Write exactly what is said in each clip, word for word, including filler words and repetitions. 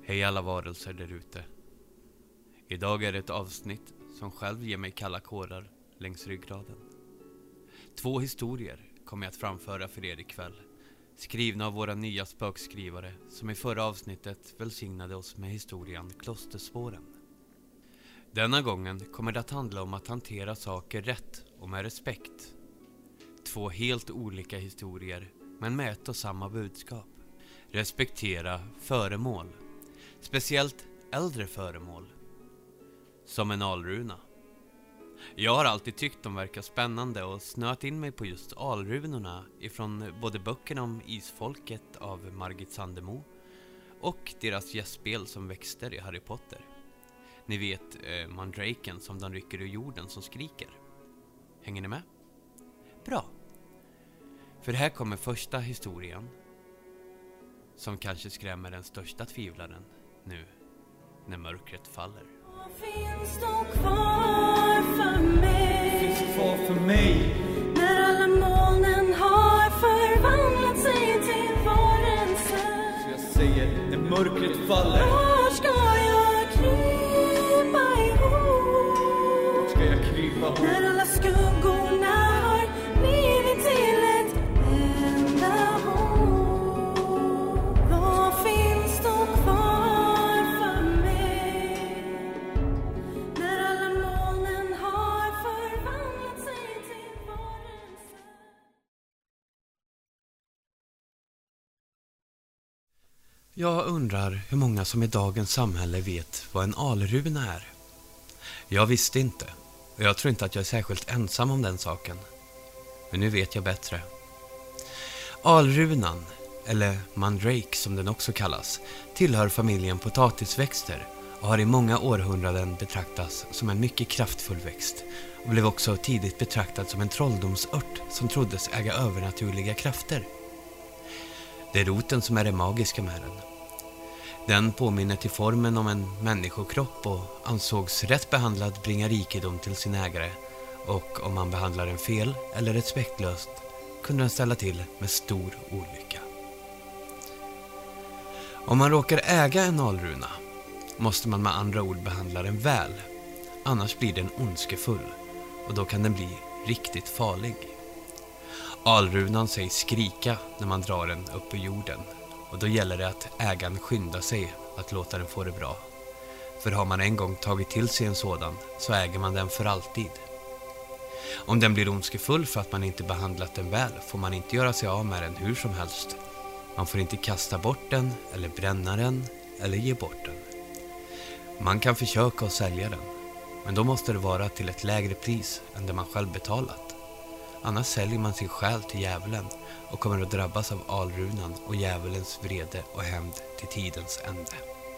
Hej alla varelser där ute. Idag är det ett avsnitt som själv ger mig kalla kårar längs ryggraden. Två historier kommer jag att framföra för er ikväll. Skrivna av våra nya spökskrivare som i förra avsnittet välsignade oss med historien Klosterspåren. Denna gången kommer det att handla om att hantera saker rätt och med respekt. Två helt olika historier men med ett och samma budskap. Respektera föremål. Speciellt äldre föremål. Som en alruna. Jag har alltid tyckt de verkar spännande och snöat in mig på just alrunorna ifrån både böckerna om isfolket av Margit Sandemo och deras gästspel som växter i Harry Potter. Ni vet eh, mandraken som de rycker ur jorden som skriker. Hänger ni med? Bra. För här kommer första historien som kanske skrämmer den största tvivlaren nu när mörkret faller. Vad finns då kvar för mig? Finns kvar för mig? När alla molnen har förvandlat sig till varelser. Så jag säger, när mörkret faller. Var ska jag krypa ihop? Ska jag krypa ihop? När alla skuggorna har blivit till ett enda hop. Vad finns då kvar för mig? När alla molnen har förvandlat sig till varelser. Jag undrar hur många som i dagens samhälle vet vad en alruna är. Jag visste inte, och jag tror inte att jag är särskilt ensam om den saken. Men nu vet jag bättre. Alrunan, eller mandrake som den också kallas, tillhör familjen potatisväxter och har i många århundraden betraktats som en mycket kraftfull växt och blev också tidigt betraktad som en trolldomsört som troddes äga övernaturliga krafter. Det är roten som är det magiska med den. Den påminner till formen om en människokropp och ansågs rätt behandlad bringa rikedom till sin ägare, och om man behandlar den fel eller respektlöst kunde den ställa till med stor olycka. Om man råkar äga en alruna måste man med andra ord behandla den väl, annars blir den ondskefull och då kan den bli riktigt farlig. Alrunan sägs skrika när man drar den upp ur jorden, och då gäller det att ägaren skyndar sig att låta den få det bra. För har man en gång tagit till sig en sådan så äger man den för alltid. Om den blir ondskefull för att man inte behandlat den väl får man inte göra sig av med den hur som helst. Man får inte kasta bort den eller bränna den eller ge bort den. Man kan försöka att sälja den, men då måste det vara till ett lägre pris än det man själv betalat. Annars säljer man sin själ till djävulen och kommer att drabbas av alrunan och djävulens vrede och hämnd till tidens ände.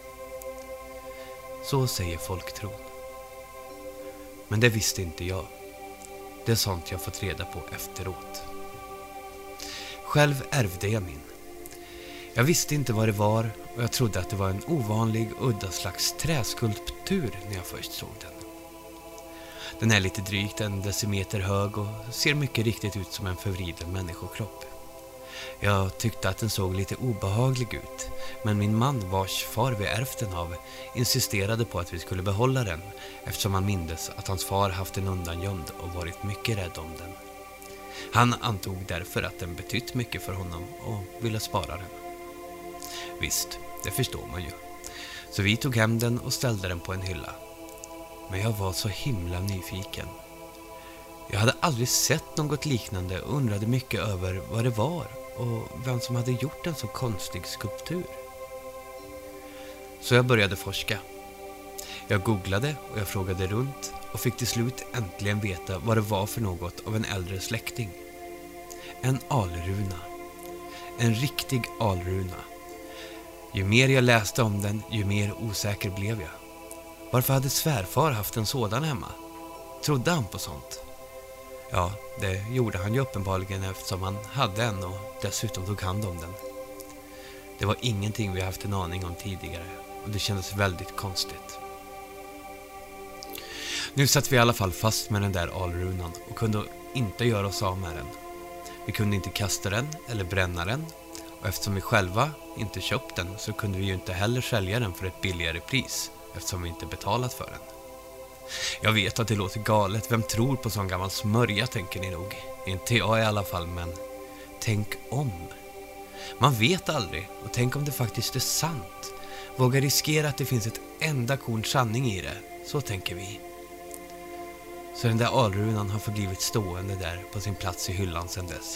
Så säger folktron. Men det visste inte jag. Det är sånt jag fått reda på efteråt. Själv ärvde jag min. Jag visste inte vad det var och jag trodde att det var en ovanlig udda slags träskulptur när jag först såg den. Den är lite drygt en decimeter hög och ser mycket riktigt ut som en förvriden människokropp. Jag tyckte att den såg lite obehaglig ut, men min man vars far vi ärvt den av insisterade på att vi skulle behålla den eftersom han mindes att hans far haft den undangömd och varit mycket rädd om den. Han antog därför att den betytt mycket för honom och ville spara den. Visst, det förstår man ju. Så vi tog hem den och ställde den på en hylla. Men jag var så himla nyfiken. Jag hade aldrig sett något liknande och undrade mycket över vad det var och vem som hade gjort en så konstig skulptur. Så jag började forska. Jag googlade och jag frågade runt och fick till slut äntligen veta vad det var för något av en äldre släkting. En alruna. En riktig alruna. Ju mer jag läste om den, ju mer osäker blev jag. Varför hade svärfar haft en sådan hemma? Trodde han på sånt? Ja, det gjorde han ju uppenbarligen eftersom han hade en och dessutom tog hand om den. Det var ingenting vi haft en aning om tidigare och det kändes väldigt konstigt. Nu satt vi i alla fall fast med den där alrunan och kunde inte göra oss av med den. Vi kunde inte kasta den eller bränna den Och eftersom vi själva inte köpt den så kunde vi ju inte heller sälja den för ett billigare pris eftersom vi inte betalat för den. Jag vet att det låter galet, vem tror på sån gammal smörja tänker ni nog. Inte jag i alla fall, men tänk om. Man vet aldrig, och tänk om det faktiskt är sant. Våga riskera att det finns ett enda korn sanning i det, så tänker vi. Så den där alrunan har förblivit stående där på sin plats i hyllan sedan dess.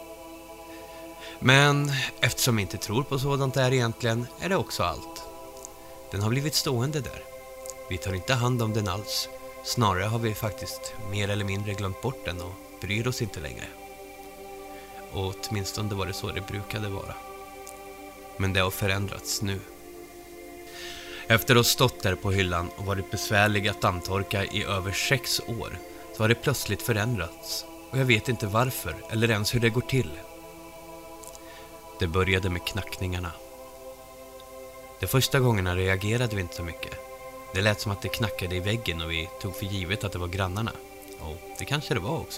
Men eftersom vi inte tror på sådant där egentligen är det också allt. Den har blivit stående där. Vi tar inte hand om den alls. Snarare har vi faktiskt mer eller mindre glömt bort den och bryr oss inte längre. Och åtminstone var det så det brukade vara. Men det har förändrats nu. Efter att ha stått där på hyllan och varit besvärlig att antorka i över sex år så har det plötsligt förändrats. Och jag vet inte varför eller ens hur det går till. Det började med knackningarna. De första gångerna reagerade vi inte så mycket. Det lät som att det knackade i väggen och vi tog för givet att det var grannarna. Och det kanske det var också.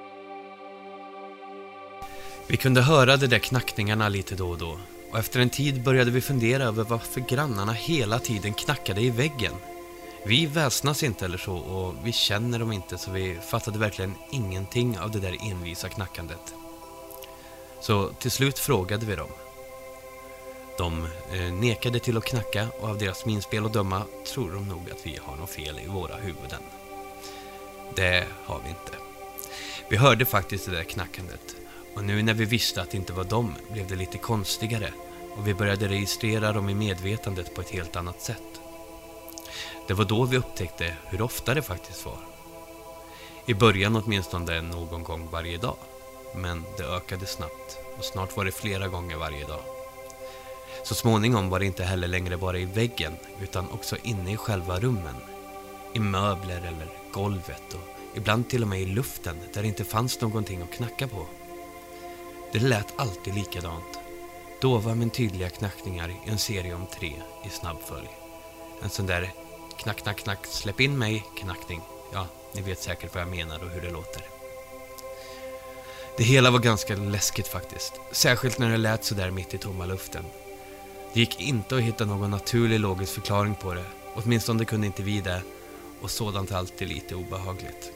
Vi kunde höra de där knackningarna lite då och då. Och efter en tid började vi fundera över varför grannarna hela tiden knackade i väggen. Vi väsnas inte eller så och vi känner dem inte, så vi fattade verkligen ingenting av det där envisa knackandet. Så till slut frågade vi dem. De eh, nekade till att knacka och av deras minspel att döma tror de nog att vi har något fel i våra huvuden. Det har vi inte. Vi hörde faktiskt det där knackandet. Och nu när vi visste att det inte var dem blev det lite konstigare och vi började registrera dem i medvetandet på ett helt annat sätt. Det var då vi upptäckte hur ofta det faktiskt var. I början åtminstone någon gång varje dag, men det ökade snabbt och snart var det flera gånger varje dag. Så småningom var det inte heller längre bara i väggen utan också inne i själva rummen. I möbler eller golvet och ibland till och med i luften där det inte fanns någonting att knacka på. Det lät alltid likadant. Då var min tydliga knackningar i en serie om tre i snabbföljd. En sån där knack, knack, knack, släpp in mig, knackning. Ja, ni vet säkert vad jag menar och hur det låter. Det hela var ganska läskigt faktiskt. Särskilt när det lät så där mitt i tomma luften. Det gick inte att hitta någon naturlig logisk förklaring på det. Åtminstone kunde inte vi det. Och sådant är alltid lite obehagligt.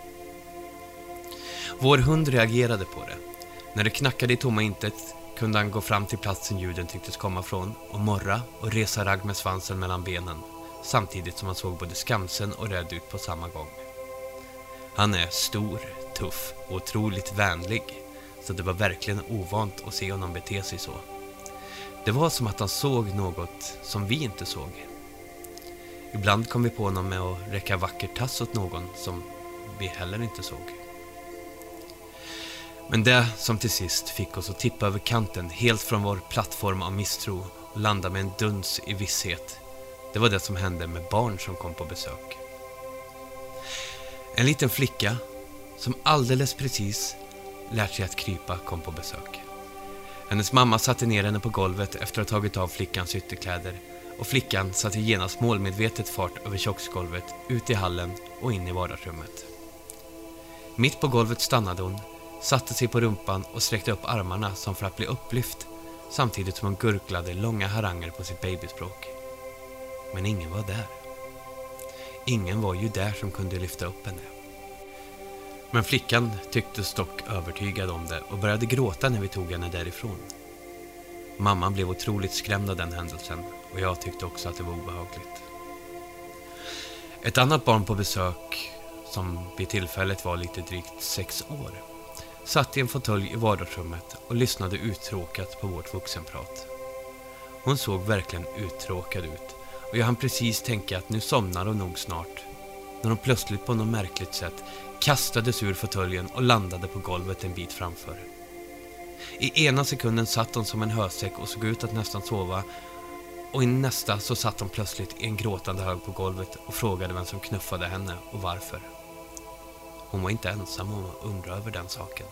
Vår hund reagerade på det. När det knackade i tomma intet kunde han gå fram till platsen ljuden tycktes komma från och morra och resa ragg med svansen mellan benen, samtidigt som han såg både skamsen och rädd ut på samma gång. Han är stor, tuff och otroligt vänlig, så det var verkligen ovant att se honom bete sig så. Det var som att han såg något som vi inte såg. Ibland kom vi på honom med att räcka vacker tass åt någon som vi heller inte såg. Men det som till sist fick oss att tippa över kanten helt från vår plattform av misstro och landa med en duns i visshet, det var det som hände med barn som kom på besök. En liten flicka som alldeles precis lärt sig att krypa kom på besök. Hennes mamma satte ner henne på golvet efter att ha tagit av flickans ytterkläder och flickan satte genast målmedvetet fart över köksgolvet, ut i hallen och in i vardagsrummet. Mitt på golvet stannade hon, satte sig på rumpan och sträckte upp armarna som för att bli upplyft, samtidigt som hon gurglade långa haranger på sitt babyspråk. Men ingen var där. Ingen var ju där som kunde lyfta upp henne. Men flickan tycktes dock övertygad om det och började gråta när vi tog henne därifrån. Mamman blev otroligt skrämd av den händelsen och jag tyckte också att det var obehagligt. Ett annat barn på besök, som vid tillfället var lite drygt sex år, satt i en fåtölj i vardagsrummet och lyssnade uttråkat på vårt vuxenprat. Hon såg verkligen uttråkad ut och jag hann precis tänka att nu somnar hon nog snart, när hon plötsligt på något märkligt sätt kastades ur fåtöljen och landade på golvet en bit framför. I ena sekunden satt hon som en hösäck och såg ut att nästan sova, och i nästa så satt hon plötsligt i en gråtande hög på golvet och frågade vem som knuffade henne och varför. Hon var inte ensam om att undra över den saken.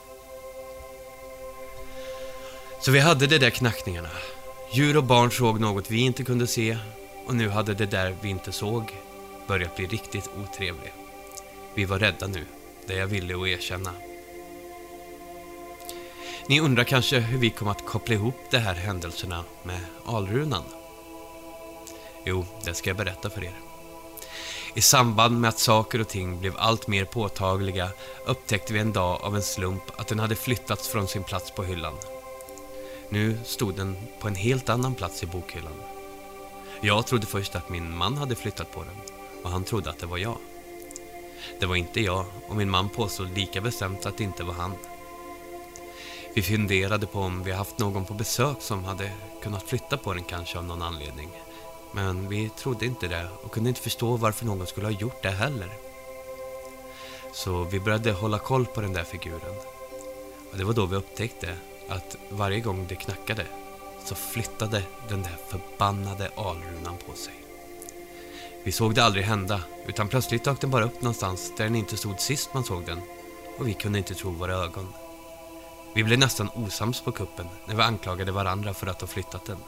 Så vi hade de där knackningarna. Djur och barn såg något vi inte kunde se, och nu hade det där vi inte såg börjat bli riktigt otrevligt. Vi var rädda nu, det jag ville att erkänna. Ni undrar kanske hur vi kommer att koppla ihop de här händelserna med alrunan. Jo, det ska jag berätta för er. I samband med att saker och ting blev allt mer påtagliga upptäckte vi en dag av en slump att den hade flyttats från sin plats på hyllan. Nu stod den på en helt annan plats i bokhyllan. Jag trodde först att min man hade flyttat på den och han trodde att det var jag. Det var inte jag och min man påstod lika bestämt att det inte var han. Vi funderade på om vi haft någon på besök som hade kunnat flytta på den kanske av någon anledning. Men vi trodde inte det och kunde inte förstå varför någon skulle ha gjort det heller. Så vi började hålla koll på den där figuren. Och det var då vi upptäckte att varje gång det knackade så flyttade den där förbannade alrunan på sig. Vi såg det aldrig hända, utan plötsligt dök den bara upp någonstans där den inte stod sist man såg den. Och vi kunde inte tro våra ögon. Vi blev nästan osams på kuppen när vi anklagade varandra för att ha flyttat den.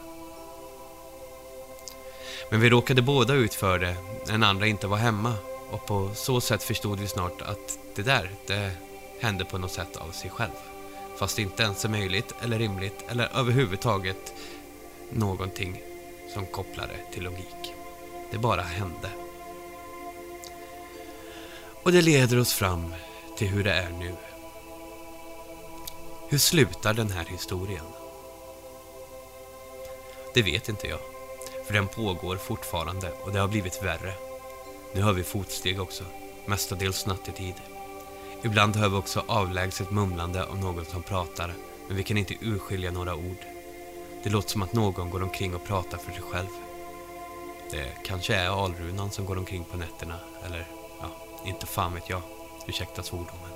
Men vi råkade båda ut för det när den andra inte var hemma. Och på så sätt förstod vi snart att det där, det hände på något sätt av sig själv. Fast det inte ens är möjligt eller rimligt eller överhuvudtaget någonting som kopplar det till logik. Det bara hände. Och det leder oss fram till hur det är nu. Hur slutar den här historien? Det vet inte jag. För den pågår fortfarande och det har blivit värre. Nu hör vi fotsteg också, mestadels nattetid. Ibland hör vi också avlägset mumlande av någon som pratar, men vi kan inte urskilja några ord. Det låter som att någon går omkring och pratar för sig själv. Det kanske är alrunan som går omkring på nätterna, eller ja, inte fan vet jag. Ursäkta svordomen.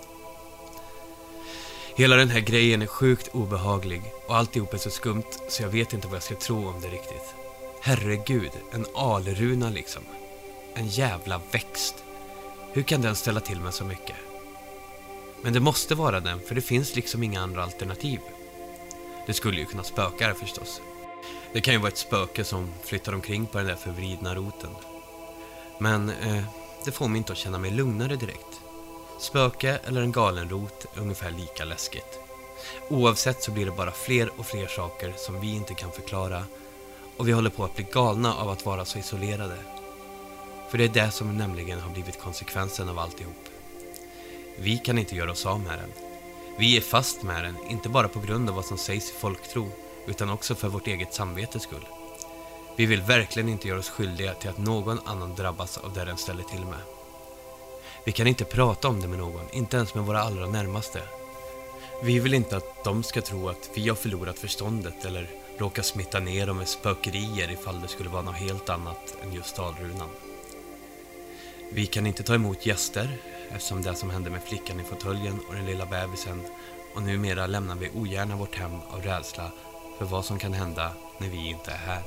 Hela den här grejen är sjukt obehaglig och alltihop är så skumt så jag vet inte vad jag ska tro om det riktigt. Herregud, en alruna liksom. En jävla växt. Hur kan den ställa till med så mycket? Men det måste vara den, för det finns liksom inga andra alternativ. Det skulle ju kunna spöka det förstås. Det kan ju vara ett spöke som flyttar omkring på den där förvridna roten. Men eh, det får mig inte att känna mig lugnare direkt. Spöke eller en galen rot är ungefär lika läskigt. Oavsett så blir det bara fler och fler saker som vi inte kan förklara. Och vi håller på att bli galna av att vara så isolerade. För det är det som nämligen har blivit konsekvensen av alltihop. Vi kan inte göra oss av med den. Vi är fast med den, inte bara på grund av vad som sägs i folktro, utan också för vårt eget samvetes skull. Vi vill verkligen inte göra oss skyldiga till att någon annan drabbas av det den ställer till med. Vi kan inte prata om det med någon, inte ens med våra allra närmaste. Vi vill inte att de ska tro att vi har förlorat förståndet eller råka smitta ner dem med spökerier ifall det skulle vara något helt annat än just alrunan. Vi kan inte ta emot gäster eftersom det som hände med flickan i fåtöljen och den lilla bebisen, och numera lämnar vi ogärna vårt hem av rädsla för vad som kan hända när vi inte är här.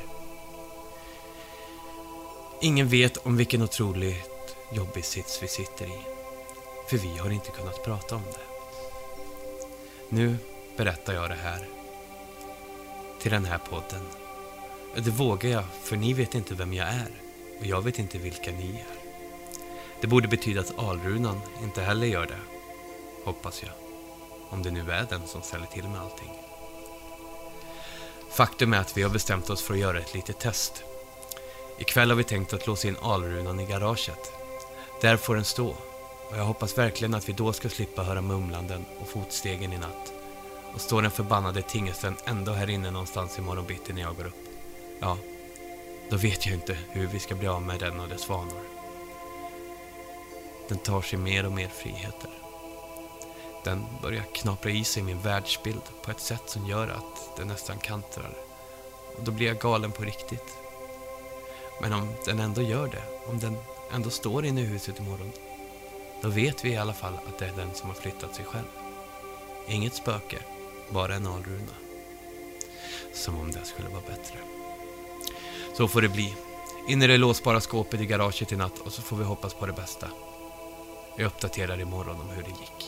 Ingen vet om vilken otroligt jobbig sits vi sitter i, för vi har inte kunnat prata om det. Nu berättar jag det här till den här podden. Det vågar jag, för ni vet inte vem jag är och jag vet inte vilka ni är. Det borde betyda att alrunan inte heller gör det, hoppas jag. Om det nu är den som ställer till med allting. Faktum är att vi har bestämt oss för att göra ett litet test. Ikväll har vi tänkt att låsa in alrunan i garaget. Där får den stå. Och jag hoppas verkligen att vi då ska slippa höra mumlanden och fotstegen i natt. Och står den förbannade tingesten ändå här inne någonstans i morgonbitti när jag går upp. Ja, då vet jag inte hur vi ska bli av med den och dess vanor. Den tar sig mer och mer friheter. Den börjar knapra i sig min världsbild på ett sätt som gör att den nästan kantrar. Och då blir jag galen på riktigt. Men om den ändå gör det, om den ändå står inne i huset imorgon, då vet vi i alla fall att det är den som har flyttat sig själv. Inget spöke, bara en alruna. Som om det skulle vara bättre. Så får det bli. In i det låsbara skåpet i garaget i natt och så får vi hoppas på det bästa. Jag uppdaterar imorgon om hur det gick.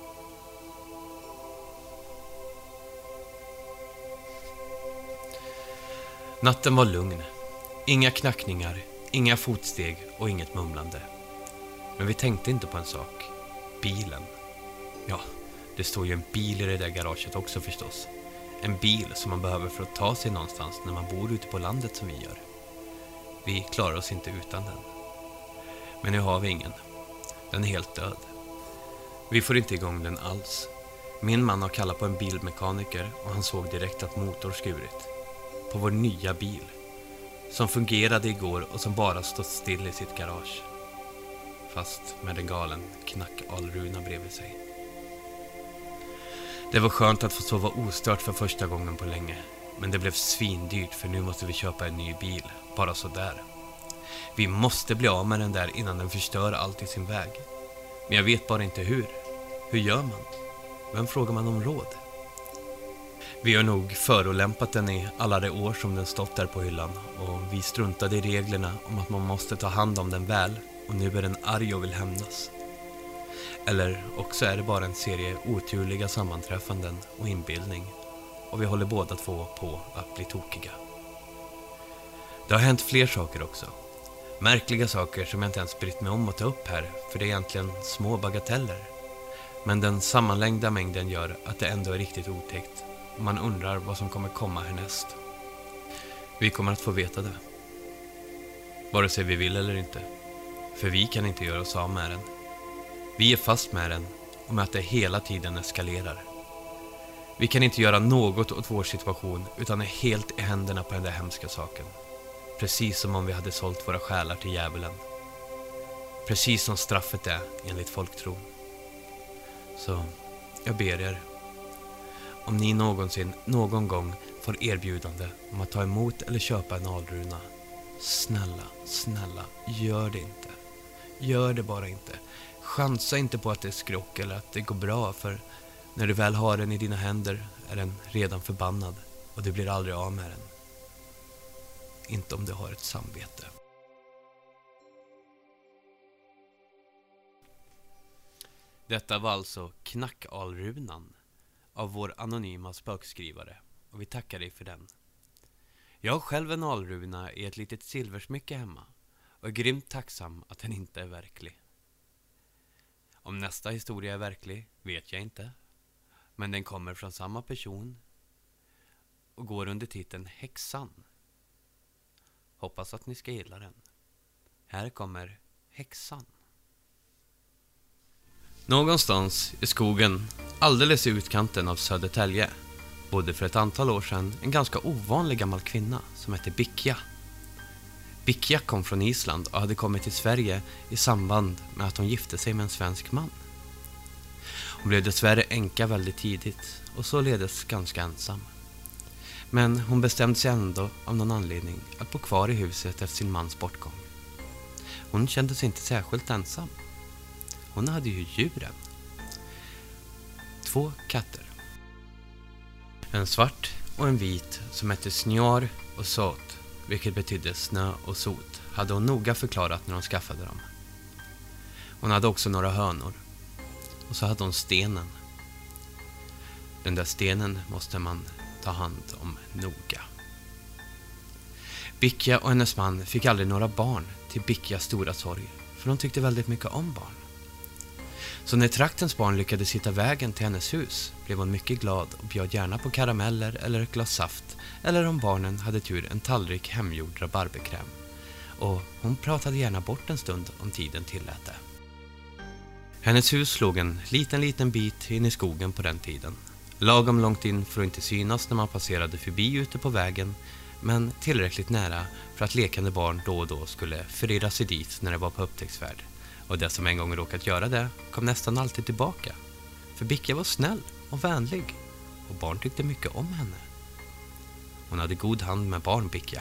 Natten var lugn. Inga knackningar, inga fotsteg och inget mumlande. Men vi tänkte inte på en sak. Bilen. Ja, Det står ju en bil i det där garaget också förstås. En bil som man behöver för att ta sig någonstans när man bor ute på landet som vi gör. Vi klarar oss inte utan den. Men nu har vi ingen. Den är helt död. Vi får inte igång den alls. Min man har kallat på en bilmekaniker och han såg direkt att motor skurit. På vår nya bil. Som fungerade igår och som bara stått still i sitt garage. Fast med en galen knackalruna bredvid sig. Det var skönt att få sova ostört för första gången på länge. Men det blev svindyrt för nu måste vi köpa en ny bil. Bara så där. Vi måste bli av med den där innan den förstör allt i sin väg. Men jag vet bara inte hur. Hur gör man? Vem frågar man om råd? Vi har nog förolämpat den i alla de år som den stått där på hyllan. Och vi struntade i reglerna om att man måste ta hand om den väl. Och nu är den arg och vill hämnas. Eller också är det bara en serie oturliga sammanträffanden och inbildning. Och vi håller båda två på att bli tokiga. Det har hänt fler saker också. Märkliga saker som jag inte ens brytt mig om att ta upp här. För det är egentligen små bagateller. Men den sammanlängda mängden gör att det ändå är riktigt otäckt. Och man undrar vad som kommer komma härnäst. Vi kommer att få veta det. Vare sig vi vill eller inte. För vi kan inte göra oss av med den. Vi är fast med den och med att det hela tiden eskalerar. Vi kan inte göra något åt vår situation utan är helt i händerna på den där hemska saken. Precis som om vi hade sålt våra själar till djävulen. Precis som straffet är enligt folktron. Så jag ber er. Om ni någonsin, någon gång får erbjudande om att ta emot eller köpa en alruna. Snälla, snälla, gör det inte. Gör det bara inte. Chansa inte på att det är skrock eller att det går bra, för när du väl har den i dina händer är den redan förbannad och du blir aldrig av med den. Inte om du har ett samvete. Detta var alltså Knackalrunan av vår anonyma spökskrivare och vi tackar dig för den. Jag har själv en alruna i ett litet silversmycke hemma och är grymt tacksam att den inte är verklig. Om nästa historia är verklig vet jag inte, men den kommer från samma person och går under titeln Häxan. Hoppas att ni ska gilla den. Här kommer Häxan. Någonstans i skogen, alldeles i utkanten av Södertälje, bodde för ett antal år sedan en ganska ovanlig gammal kvinna som hette Bikja. Bikja kom från Island och hade kommit till Sverige i samband med att hon gifte sig med en svensk man. Hon blev dessvärre änka väldigt tidigt och således ganska ensam. Men hon bestämde sig ändå av någon anledning att bo kvar i huset efter sin mans bortgång. Hon kände sig inte särskilt ensam. Hon hade ju djuren. Två katter. En svart och en vit som hette Snjar och Sot, vilket betydde snö och sot, hade hon noga förklarat när hon skaffade dem. Hon hade också några hönor. Och så hade hon stenen. Den där stenen måste man ta hand om noga. Bikja och hennes man fick aldrig några barn till Bikjas stora sorg, för de tyckte väldigt mycket om barn. Så när traktens barn lyckades hitta vägen till hennes hus blev hon mycket glad och bjöd gärna på karameller eller ett glas saft, eller om barnen hade tur en tallrik hemgjord rabarberkräm. Och hon pratade gärna bort en stund om tiden tillät det. Hennes hus låg en liten liten bit in i skogen på den tiden. Lagom långt in för att inte synas när man passerade förbi ute på vägen, men tillräckligt nära för att lekande barn då och då skulle förirra sig dit när det var på upptäcktsfärd. Och det som en gång råkat göra det kom nästan alltid tillbaka. För Bikja var snäll och vänlig och barn tyckte mycket om henne. Hon hade god hand med barn, Bikja.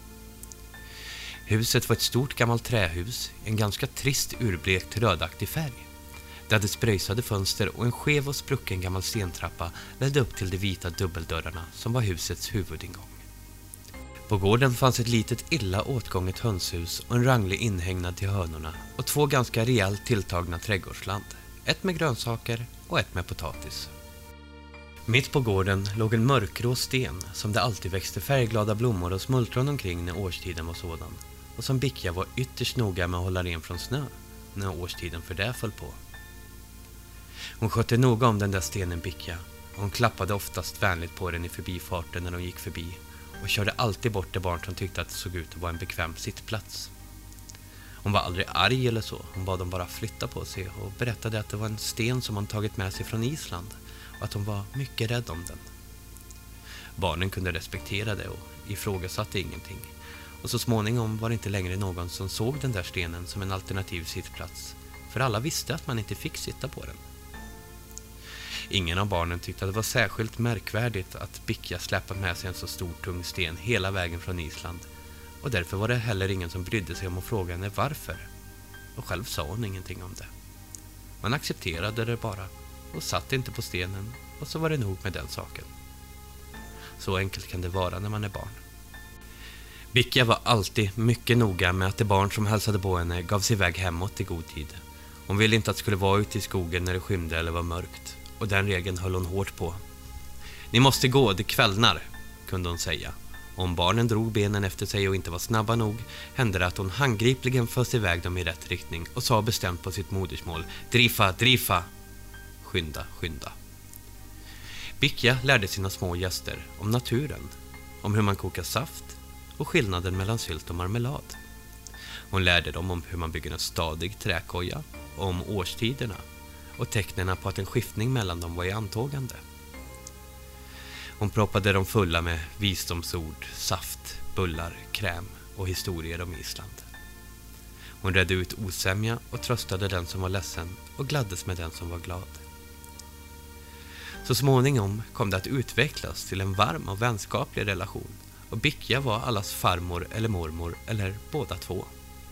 Huset var ett stort gammalt trähus i en ganska trist urblekt rödaktig färg. Det hade spröjsade fönster och en skev och sprucken gammal stentrappa ledde upp till de vita dubbeldörrarna som var husets huvudingång. På gården fanns ett litet illa åtgånget hönshus och en ranglig inhägnad till hönorna och två ganska rejält tilltagna trädgårdsland. Ett med grönsaker och ett med potatis. Mitt på gården låg en mörkgrå sten som det alltid växte färgglada blommor och smultron omkring när årstiden var sådan, och som Bikja var ytterst noga med att hålla ren från snö när årstiden för det föll på. Hon skötte noga om den där stenen Bicka, och hon klappade oftast vänligt på den i förbifarten när de gick förbi och körde alltid bort det barn som tyckte att det såg ut att vara en bekväm sittplats. Hon var aldrig arg eller så, hon bad dem bara flytta på sig och berättade att det var en sten som hon tagit med sig från Island och att hon var mycket rädd om den. Barnen kunde respektera det och ifrågasatte ingenting, och så småningom var det inte längre någon som såg den där stenen som en alternativ sittplats, för alla visste att man inte fick sitta på den. Ingen av barnen tyckte att det var särskilt märkvärdigt att Bicka släpat med sig en så stor tung sten hela vägen från Island, och därför var det heller ingen som brydde sig om att fråga henne varför, och själv sa hon ingenting om det. Man accepterade det bara och satt inte på stenen, och så var det nog med den saken. Så enkelt kan det vara när man är barn. Bicka var alltid mycket noga med att de barn som hälsade på henne gav sig iväg hemåt i god tid. Hon ville inte att det skulle vara ute i skogen när det skymde eller var mörkt, och den regeln höll hon hårt på. Ni måste gå, det kvällnar, kunde hon säga. Om barnen drog benen efter sig och inte var snabba nog hände det att hon handgripligen föste iväg dem i rätt riktning och sa bestämt på sitt modersmål: drifa, drifa! Skynda, skynda. Bicka lärde sina små gäster om naturen, om hur man kokar saft och skillnaden mellan sylt och marmelad. Hon lärde dem om hur man bygger en stadig träkoja, och om årstiderna och tecknena på att en skiftning mellan dem var i antågande. Hon proppade dem fulla med visdomsord, saft, bullar, kräm och historier om Island. Hon redde ut osämja och tröstade den som var ledsen och gladdes med den som var glad. Så småningom kom det att utvecklas till en varm och vänskaplig relation, och Bicka var allas farmor eller mormor eller båda två.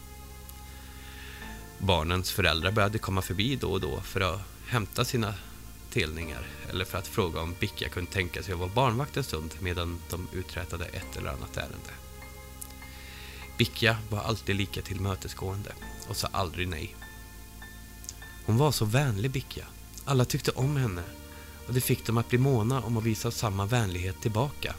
Barnens föräldrar började komma förbi då och då för att hämta sina telningar eller för att fråga om Bicka kunde tänka sig att vara barnvakt en stund medan de uträttade ett eller annat ärende. Bicka var alltid lika tillmötesgående och sa aldrig nej. Hon var så vänlig, Bicka. Alla tyckte om henne, och det fick dem att bli måna om att visa samma vänlighet tillbaka.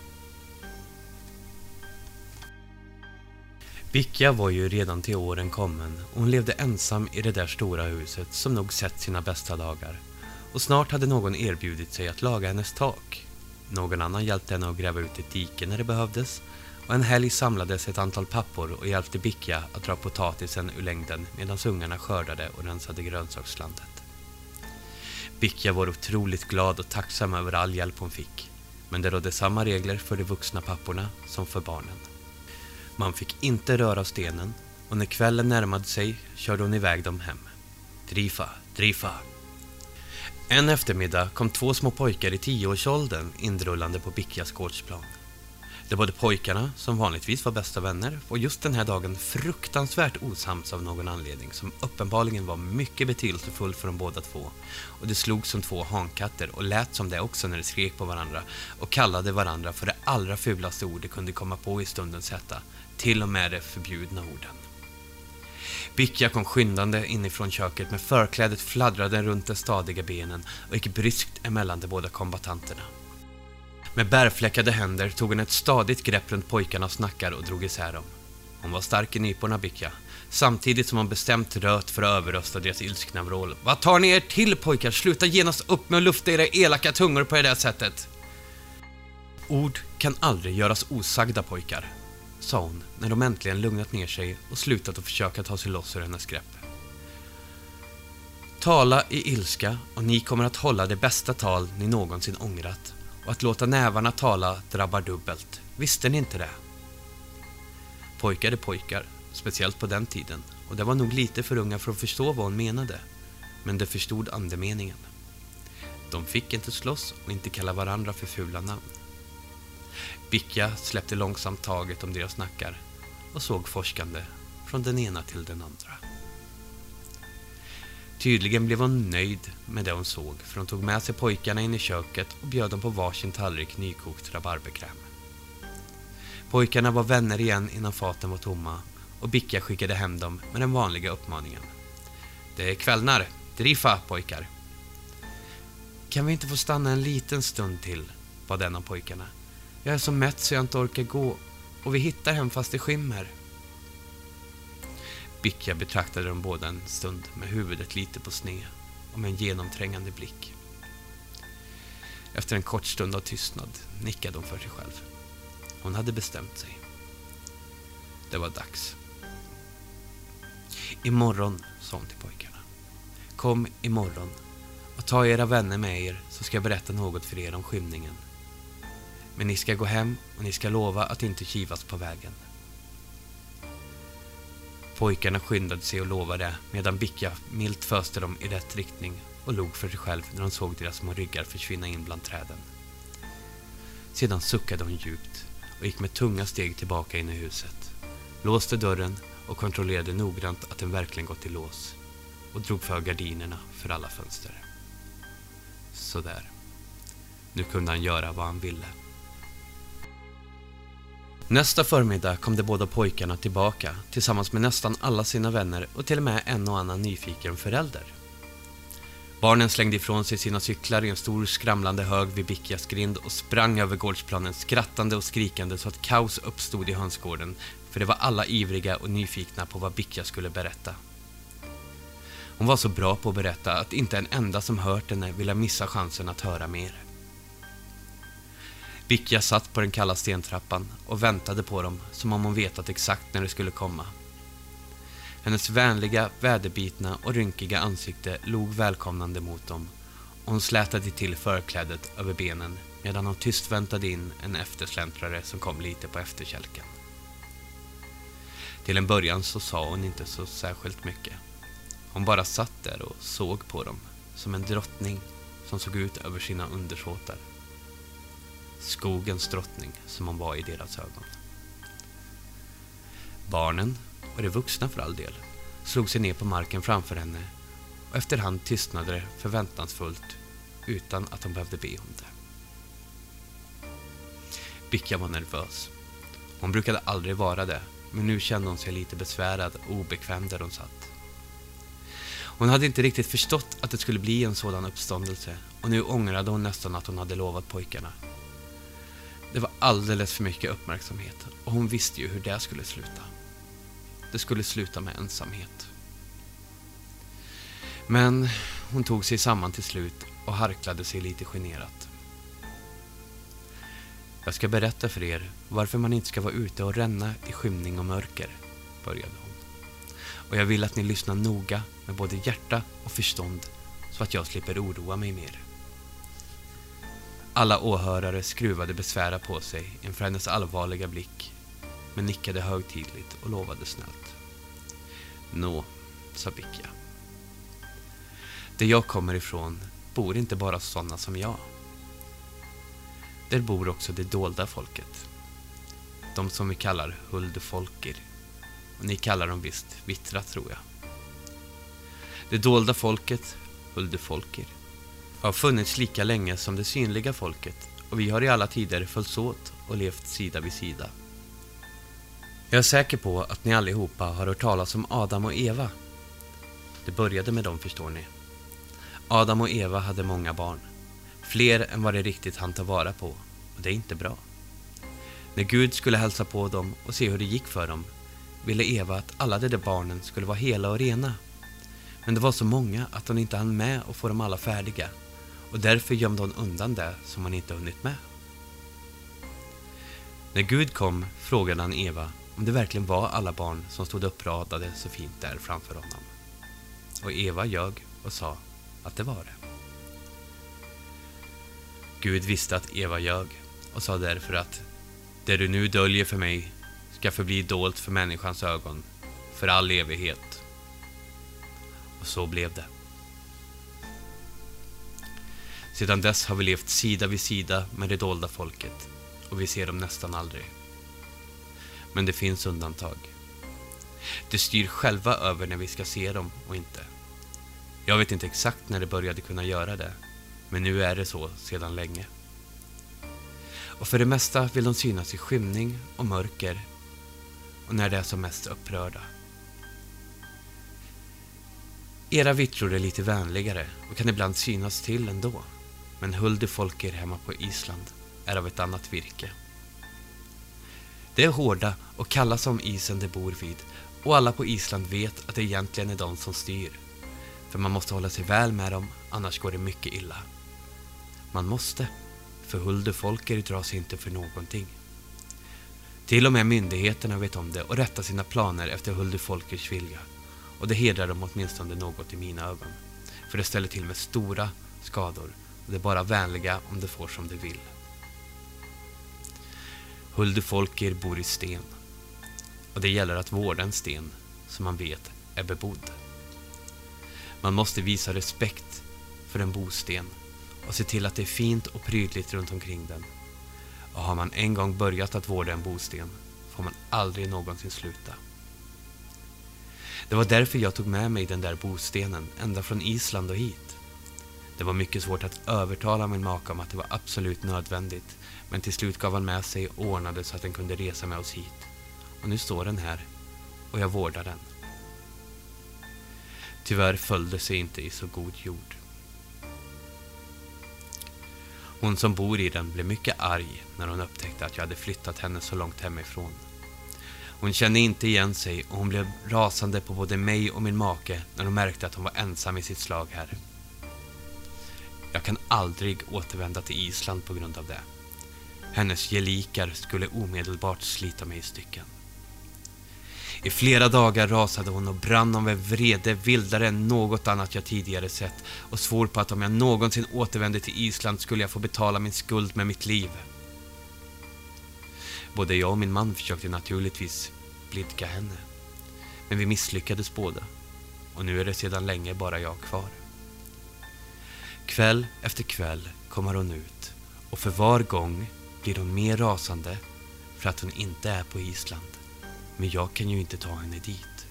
Bicka var ju redan till åren kommen, och hon levde ensam i det där stora huset som nog sett sina bästa dagar. Och snart hade någon erbjudit sig att laga hennes tak. Någon annan hjälpte henne att gräva ut ett dike när det behövdes, och en helg samlades ett antal pappor och hjälpte Bicka att dra potatisen ur längden medan ungarna skördade och rensade grönsakslandet. Bicka var otroligt glad och tacksam över all hjälp hon fick, men det rådde samma regler för de vuxna papporna som för barnen. Man fick inte röra stenen, och när kvällen närmade sig körde hon iväg dem hem. Drifa, drifa. En eftermiddag kom två små pojkar i tioårsåldern indrullande på Bickas gårdsplan. Det var de pojkarna som vanligtvis var bästa vänner, och just den här dagen fruktansvärt osams av någon anledning som uppenbarligen var mycket betydelsefull för de båda två. Och det slog som två hankatter och lät som det också när de skrek på varandra och kallade varandra för det allra fulaste ord de kunde komma på i stundens hetta, till och med de förbjudna orden. Bicka kom skyndande inifrån köket med förklädet fladdrade runt de stadiga benen och gick bryskt emellan de båda kombatanterna. Med bärfläckade händer tog hon ett stadigt grepp runt pojkarnas nackar och drog isär dem. Hon var stark i nyporna, Bicka, samtidigt som hon bestämt röt för att överrösta deras ilskna vrål. Vad tar ni er till, pojkar? Sluta genast upp med att lufta era elaka tungor på det där sättet. Ord kan aldrig göras osagda, pojkar, sa hon när de äntligen lugnat ner sig och slutat att försöka ta sig loss ur hennes grepp. Tala i ilska och ni kommer att hålla det bästa tal ni någonsin ångrat. Och att låta nävarna tala drabbar dubbelt. Visste ni inte det? Pojkar är pojkar, speciellt på den tiden. Och det var nog lite för unga för att förstå vad hon menade. Men det förstod andemeningen. De fick inte slåss och inte kalla varandra för fula namn. Bicka släppte långsamt taget om deras nackar och såg forskande från den ena till den andra. Tydligen blev hon nöjd med det hon såg, för hon tog med sig pojkarna in i köket och bjöd dem på varsin tallrik nykokt rabarberkräm. Pojkarna var vänner igen innan faten var tomma, och Bicka skickade hem dem med den vanliga uppmaningen. Det är kvällnar, drifa pojkar. Kan vi inte få stanna en liten stund till, bad en av pojkarna. Jag är så mätt så jag inte orkar gå, och vi hittar hem fast det skimmer. Bicka betraktade dem båda en stund med huvudet lite på sned. och med en genomträngande blick. Efter en kort stund av tystnad nickade hon för sig själv. Hon hade bestämt sig. Det var dags. Imorgon, sa hon till pojkarna. Kom imorgon och ta era vänner med er, så ska jag berätta något för er om skymningen. Men ni ska gå hem och ni ska lova att inte kivas på vägen. Pojkarna skyndade sig och lovade, medan Bicka milt föste dem i rätt riktning och log för sig själv när de såg deras små ryggar försvinna in bland träden. Sedan suckade hon djupt och gick med tunga steg tillbaka in i huset, låste dörren och kontrollerade noggrant att den verkligen gått i lås, och drog för gardinerna för alla fönster. Sådär. Nu kunde han göra vad han ville. Nästa förmiddag kom de båda pojkarna tillbaka tillsammans med nästan alla sina vänner och till och med en och annan nyfiken förälder. Barnen slängde ifrån sig sina cyklar i en stor skramlande hög vid Bickas grind och sprang över gårdsplanen skrattande och skrikande så att kaos uppstod i hönsgården, för det var alla ivriga och nyfikna på vad Bicka skulle berätta. Hon var så bra på att berätta att inte en enda som hört henne ville missa chansen att höra mer. Bicka satt på den kalla stentrappan och väntade på dem som om hon vetat exakt när det skulle komma. Hennes vänliga, väderbitna och rynkiga ansikte log välkomnande mot dem, och hon slätade till förklädet över benen medan hon tyst väntade in en eftersläntrare som kom lite på efterkälken. Till en början så sa hon inte så särskilt mycket. Hon bara satt där och såg på dem som en drottning som såg ut över sina undersåtar. Skogens drottning som hon var i deras ögon. Barnen, och de vuxna för all del, slog sig ner på marken framför henne, och efterhand tystnade det förväntansfullt utan att hon behövde be om det. Bicka var nervös. Hon brukade aldrig vara det, men nu kände hon sig lite besvärad och obekväm där hon satt. Hon hade inte riktigt förstått att det skulle bli en sådan uppståndelse, och nu ångrade hon nästan att hon hade lovat pojkarna. Det var alldeles för mycket uppmärksamhet, och hon visste ju hur det skulle sluta. Det skulle sluta med ensamhet. Men hon tog sig samman till slut och harklade sig lite generat. Jag ska berätta för er varför man inte ska vara ute och ränna i skymning och mörker, började hon. Och jag vill att ni lyssnar noga med både hjärta och förstånd så att jag slipper oroa mig mer. Alla åhörare skruvade besvära på sig inför hennes allvarliga blick, men nickade högtidligt och lovade snällt. Nå, sa Bicka. Där jag kommer ifrån bor inte bara sådana som jag. Där bor också det dolda folket. De som vi kallar huldefolker. Och ni kallar dem visst vittra, tror jag. Det dolda folket, huldefolker, har funnits lika länge som det synliga folket, och vi har i alla tider följts åt och levt sida vid sida. Jag är säker på att ni allihopa har hört talas om Adam och Eva. Det började med dem, förstår ni. Adam och Eva hade många barn. Fler än vad det riktigt hann ta vara på, och det är inte bra. När Gud skulle hälsa på dem och se hur det gick för dem, ville Eva att alla de där barnen skulle vara hela och rena. Men det var så många att hon inte hann med att få dem alla färdiga, och därför gömde hon undan det som hon inte hunnit med. När Gud kom frågade han Eva om det verkligen var alla barn som stod uppradade så fint där framför honom. Och Eva ljög och sa att det var det. Gud visste att Eva ljög och sa därför att det du nu döljer för mig ska förbli dolt för människans ögon för all evighet. Och så blev det. Sedan dess har vi levt sida vid sida med det dolda folket, och vi ser dem nästan aldrig. Men det finns undantag. Det styr själva över när vi ska se dem och inte. Jag vet inte exakt när det började kunna göra det, men nu är det så sedan länge. Och för det mesta vill de synas i skymning och mörker, och när det är som mest upprörda. Era vittror är lite vänligare och kan ibland synas till ändå, men huldefolker hemma på Island är av ett annat virke. Det är hårda och kalla som isen de bor vid, och alla på Island vet att det egentligen är de som styr. För man måste hålla sig väl med dem, annars går det mycket illa. Man måste, för Huldufolker drar sig inte för någonting. Till och med myndigheterna vet om det och rättar sina planer efter Huldufolkers vilja. Och det hedrar dem åtminstone något i mina ögon. För det ställer till med stora skador och det är bara vänliga om det får som det vill. Huldufolker bor i sten. Och det gäller att vårda en sten som man vet är bebodd. Man måste visa respekt för en bosten och se till att det är fint och prydligt runt omkring den. Och har man en gång börjat att vårda en bosten får man aldrig någonsin sluta. Det var därför jag tog med mig den där bostenen ända från Island och hit. Det var mycket svårt att övertala min maka om att det var absolut nödvändigt, men till slut gav han med sig och ordnade så att den kunde resa med oss hit. Och nu står den här och jag vårdar den. Tyvärr föll det sig inte i så god jord. Hon som bor i den blev mycket arg när hon upptäckte att jag hade flyttat henne så långt hemifrån. Hon kände inte igen sig och hon blev rasande på både mig och min make när hon märkte att hon var ensam i sitt slag här. Jag kan aldrig återvända till Island på grund av det. Hennes gelikar skulle omedelbart slita mig i stycken. I flera dagar rasade hon och brann av en vrede vildare än något annat jag tidigare sett och svor på att om jag någonsin återvände till Island skulle jag få betala min skuld med mitt liv. Både jag och min man försökte naturligtvis blidka henne, men vi misslyckades båda och nu är det sedan länge bara jag kvar. Kväll efter kväll kommer hon ut och för var gång blir hon mer rasande för att hon inte är på Island. Men jag kan ju inte ta henne dit.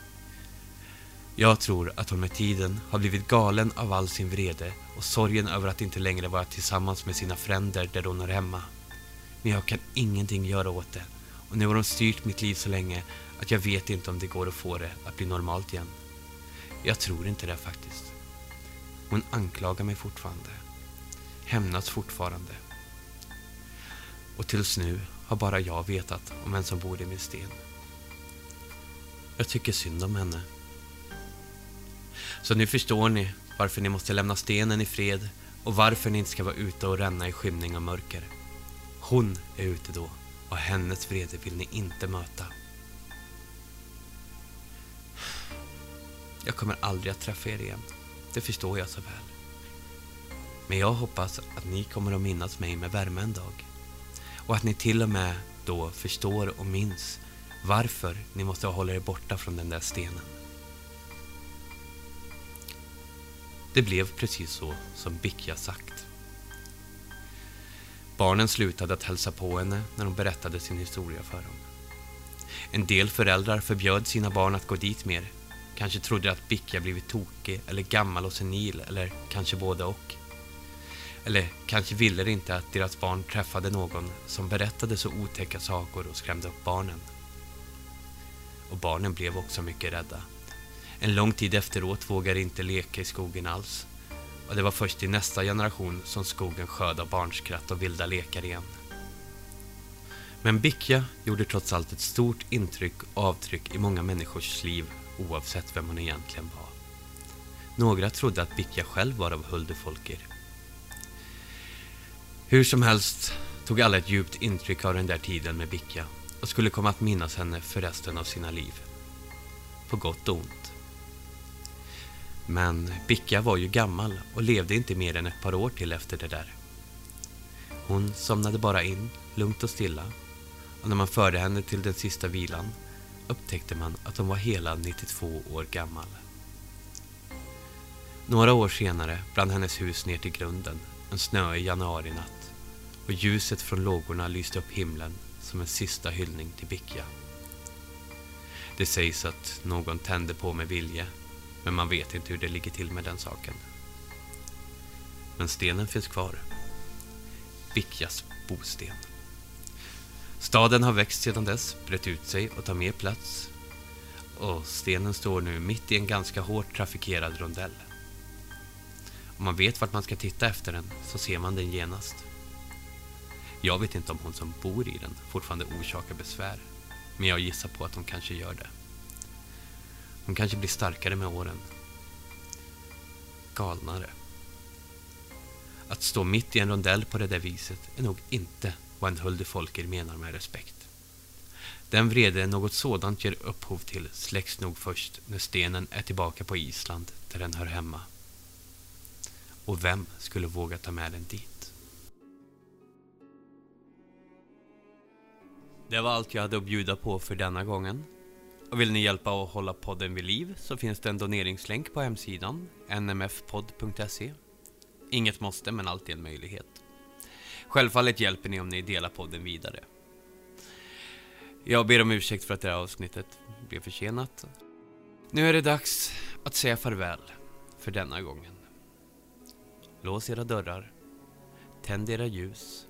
Jag tror att hon med tiden har blivit galen av all sin vrede och sorgen över att inte längre vara tillsammans med sina fränder där hon är hemma. Men jag kan ingenting göra åt det och nu har hon styrt mitt liv så länge att jag vet inte om det går att få det att bli normalt igen. Jag tror inte det faktiskt. Hon anklagar mig fortfarande. Hämnas fortfarande. Och tills nu har bara jag vetat om en som bor i min sten. Jag tycker synd om henne. Så nu förstår ni varför ni måste lämna stenen i fred och varför ni inte ska vara ute och ränna i skymning och mörker. Hon är ute då och hennes vrede vill ni inte möta. Jag kommer aldrig att träffa er igen. Det förstår jag så väl. Men jag hoppas att ni kommer att minnas mig med värme en dag. Och att ni till och med då förstår och minns varför ni måste hålla er borta från den där stenen. Det blev precis så som Bikja sagt. Barnen slutade att hälsa på henne när hon berättade sin historia för dem. En del föräldrar förbjöd sina barn att gå dit mer. Kanske trodde att Bikja blivit tokig eller gammal och senil eller kanske både och. Eller kanske ville de inte att deras barn träffade någon som berättade så otäcka sagor och skrämde upp barnen. Och barnen blev också mycket rädda. En lång tid efteråt vågade inte leka i skogen alls. Och det var först i nästa generation som skogen sköd av barnskratt och vilda lekar igen. Men Bikja gjorde trots allt ett stort intryck och avtryck i många människors liv oavsett vem hon egentligen var. Några trodde att Bikja själv var av Huldufolker. Hur som helst tog alla ett djupt intryck av den där tiden med Bikja och skulle komma att minnas henne för resten av sina liv. På gott och ont. Men Bikja var ju gammal och levde inte mer än ett par år till efter det där. Hon somnade bara in, lugnt och stilla, och när man förde henne till den sista vilan upptäckte man att hon var hela nittiotvå år gammal. Några år senare brann hennes hus ner till grunden en snöig januarinatt och ljuset från lågorna lyste upp himlen som en sista hyllning till Bikja. Det sägs att någon tände på med vilje, men man vet inte hur det ligger till med den saken. Men stenen finns kvar. Bikjas bosten. Staden har växt sedan dess, brett ut sig och tar mer plats. Och stenen står nu mitt i en ganska hårt trafikerad rondell. Om man vet vart man ska titta efter den så ser man den genast. Jag vet inte om hon som bor i den fortfarande orsakar besvär, men jag gissar på att hon kanske gör det. Hon kanske blir starkare med åren. galnare. Att stå mitt i en rondell på det där viset är nog inte vad en Huldefolker menar med respekt. Den vrede något sådant ger upphov till släcks nog först när stenen är tillbaka på Island där den hör hemma. Och vem skulle våga ta med den dit? Det var allt jag hade att bjuda på för denna gången. Och vill ni hjälpa att hålla podden vid liv så finns det en doneringslänk på hemsidan n m f podd punkt se. Inget måste, men alltid en möjlighet. Självfallet hjälper ni om ni delar podden vidare. Jag ber om ursäkt för att det här avsnittet blev försenat. Nu är det dags att säga farväl för denna gången. Lås era dörrar, tänd era ljus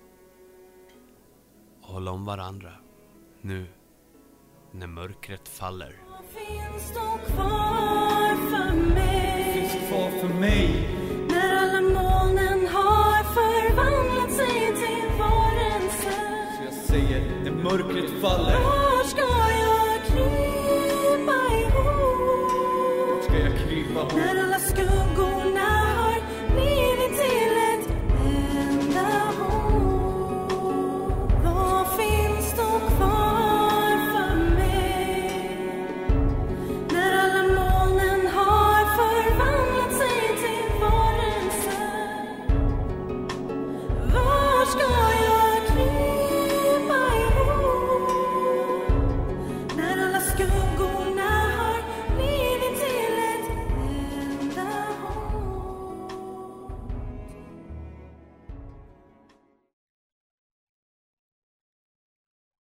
och håll om varandra nu när mörkret faller. Vad finns då kvar för mig? Finns kvar för mig. När alla molnen har förvandlat sig till varelser. Så jag säger, när mörkret faller.